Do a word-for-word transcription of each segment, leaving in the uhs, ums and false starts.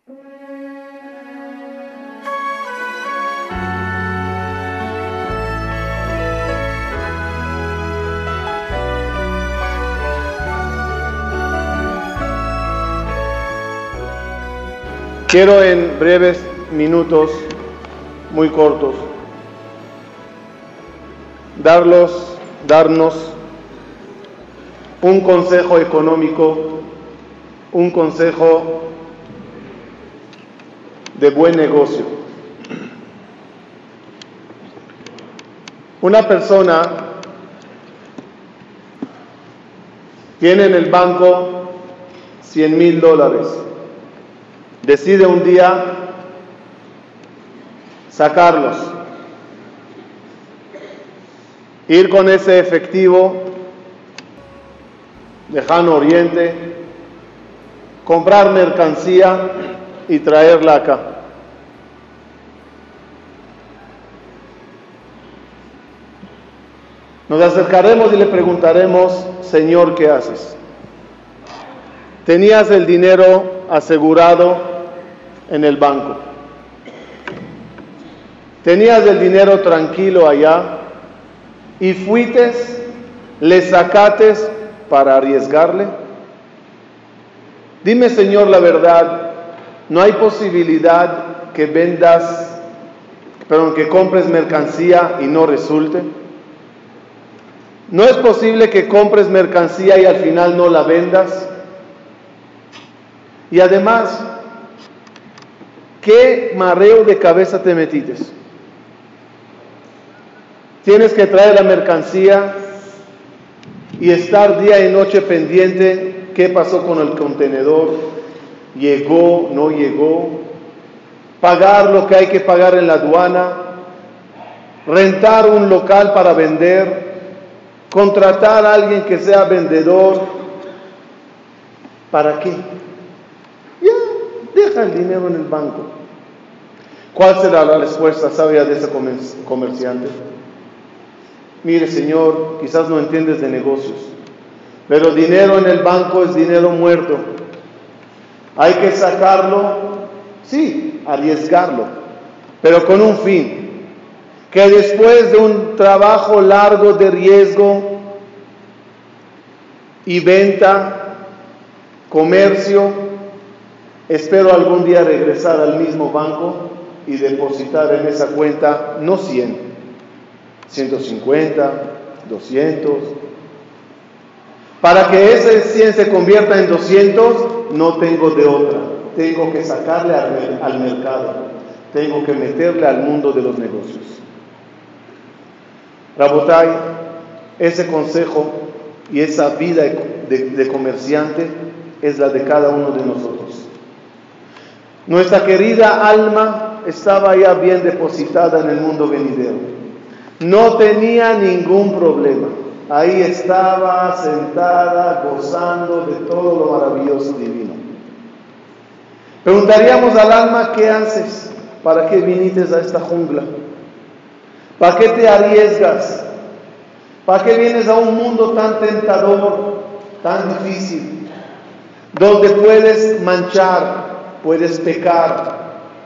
Quiero en breves minutos, muy cortos, darlos, darnos un consejo económico, un consejo de buen negocio. Una persona tiene en el banco cien mil dólares. Decide un día sacarlos, ir con ese efectivo lejano oriente, comprar mercancía y traerla acá. Nos acercaremos y le preguntaremos: Señor, ¿qué haces? Tenías el dinero asegurado en el banco. Tenías el dinero tranquilo allá y fuites, le sacates para arriesgarle. Dime, Señor, la verdad, ¿no hay posibilidad que vendas, perdón, que compres mercancía y no resulte? ¿No es posible que compres mercancía y al final no la vendas? Y además, ¿qué mareo de cabeza te metiste? Tienes que traer la mercancía y estar día y noche pendiente qué pasó con el contenedor, llegó, no llegó, pagar lo que hay que pagar en la aduana, rentar un local para vender, contratar a alguien que sea vendedor. ¿Para qué? Ya, deja el dinero en el banco. ¿Cuál será la respuesta sabia de ese comerciante? Mire, Señor, quizás no entiendes de negocios, pero dinero en el banco es dinero muerto. Hay que sacarlo, sí, arriesgarlo, pero con un fin. Que después de un trabajo largo de riesgo y venta, comercio, espero algún día regresar al mismo banco y depositar en esa cuenta no cien, ciento cincuenta, doscientos. Para que ese cien se convierta en doscientos, no tengo de otra. Tengo que sacarle al, al mercado. Tengo que meterle al mundo de los negocios. Rabotai, ese consejo y esa vida de, de comerciante es la de cada uno de nosotros. Nuestra querida alma estaba ya bien depositada en el mundo venidero. No tenía ningún problema. Ahí estaba sentada, gozando de todo lo maravilloso divino. Preguntaríamos al alma: ¿qué haces? ¿Para qué viniste a esta jungla? ¿Para qué te arriesgas? ¿Para qué vienes a un mundo tan tentador, tan difícil, donde puedes manchar, puedes pecar,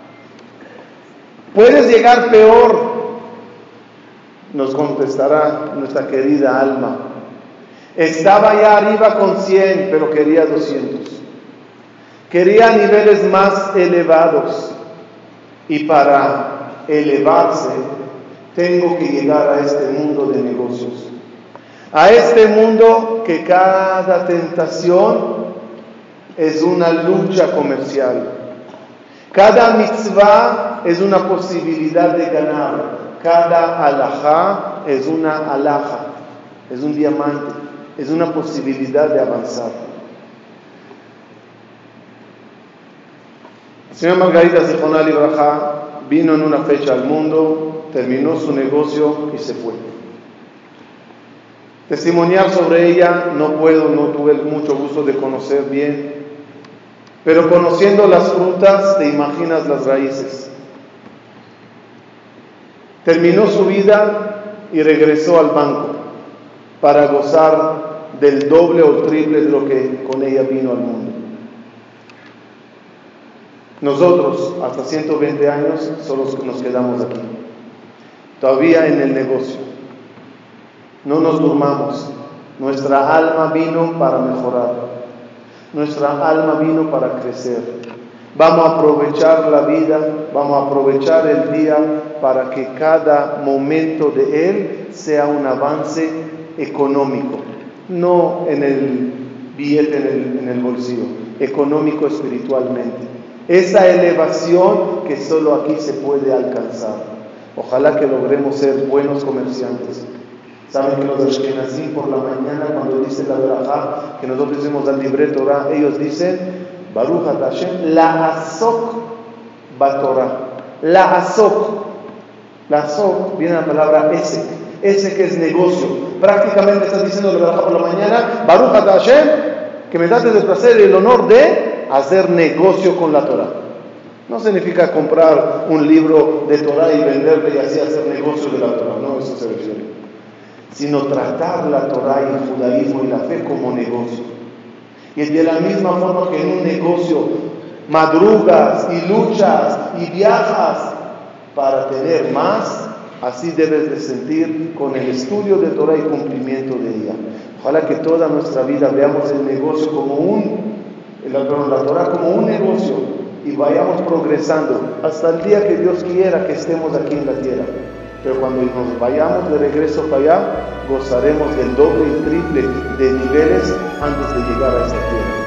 puedes llegar peor? Nos contestará nuestra querida alma: estaba ya arriba con cien, pero quería doscientos. Quería niveles más elevados. Y para elevarse, tengo que llegar a este mundo de negocios. A este mundo que cada tentación es una lucha comercial. Cada mitzvah es una posibilidad de ganar. Cada alajá es una alhaja, es un diamante, es una posibilidad de avanzar. La señora Margarita Zichroná Libraja vino en una fecha al mundo, terminó su negocio y se fue. Testimoniar sobre ella no puedo, no tuve mucho gusto de conocer bien, pero conociendo las frutas te imaginas las raíces. Terminó su vida y regresó al banco para gozar del doble o triple de lo que con ella vino al mundo. Nosotros, hasta ciento veinte años, solo nos quedamos aquí. Todavía en el negocio. No nos durmamos. Nuestra alma vino para mejorar. Nuestra alma vino para crecer. Vamos a aprovechar la vida, vamos a aprovechar el día para que cada momento de él sea un avance económico. No en el billete, en el, en el bolsillo. Económico espiritualmente. Esa elevación que solo aquí se puede alcanzar. Ojalá que logremos ser buenos comerciantes. Saben que los de Ashkenazim por la mañana, cuando dicen la verajá, que nosotros decimos al libreto Torah, ellos dicen Baruch Ata Hashem, la asok batorah. La asok. La asok viene la palabra ese. Ese que es negocio. Prácticamente estás diciendo la verajá por la mañana, Baruch Ata Hashem, que me das el placer y el honor de hacer negocio con la Torah. No significa comprar un libro de Torah y venderle y así hacer negocio de la Torah, no, eso se refiere. Sino tratar la Torah y el judaísmo y la fe como negocio. Y de la misma forma que en un negocio madrugas y luchas y viajas para tener más, así debes de sentir con el estudio de Torah y cumplimiento de ella. Ojalá que toda nuestra vida veamos el negocio como un, el, perdón, la Torah como un negocio y vayamos progresando hasta el día que Dios quiera que estemos aquí en la tierra. Pero cuando nos vayamos de regreso para allá, gozaremos del doble y triple de niveles antes de llegar a esa tierra.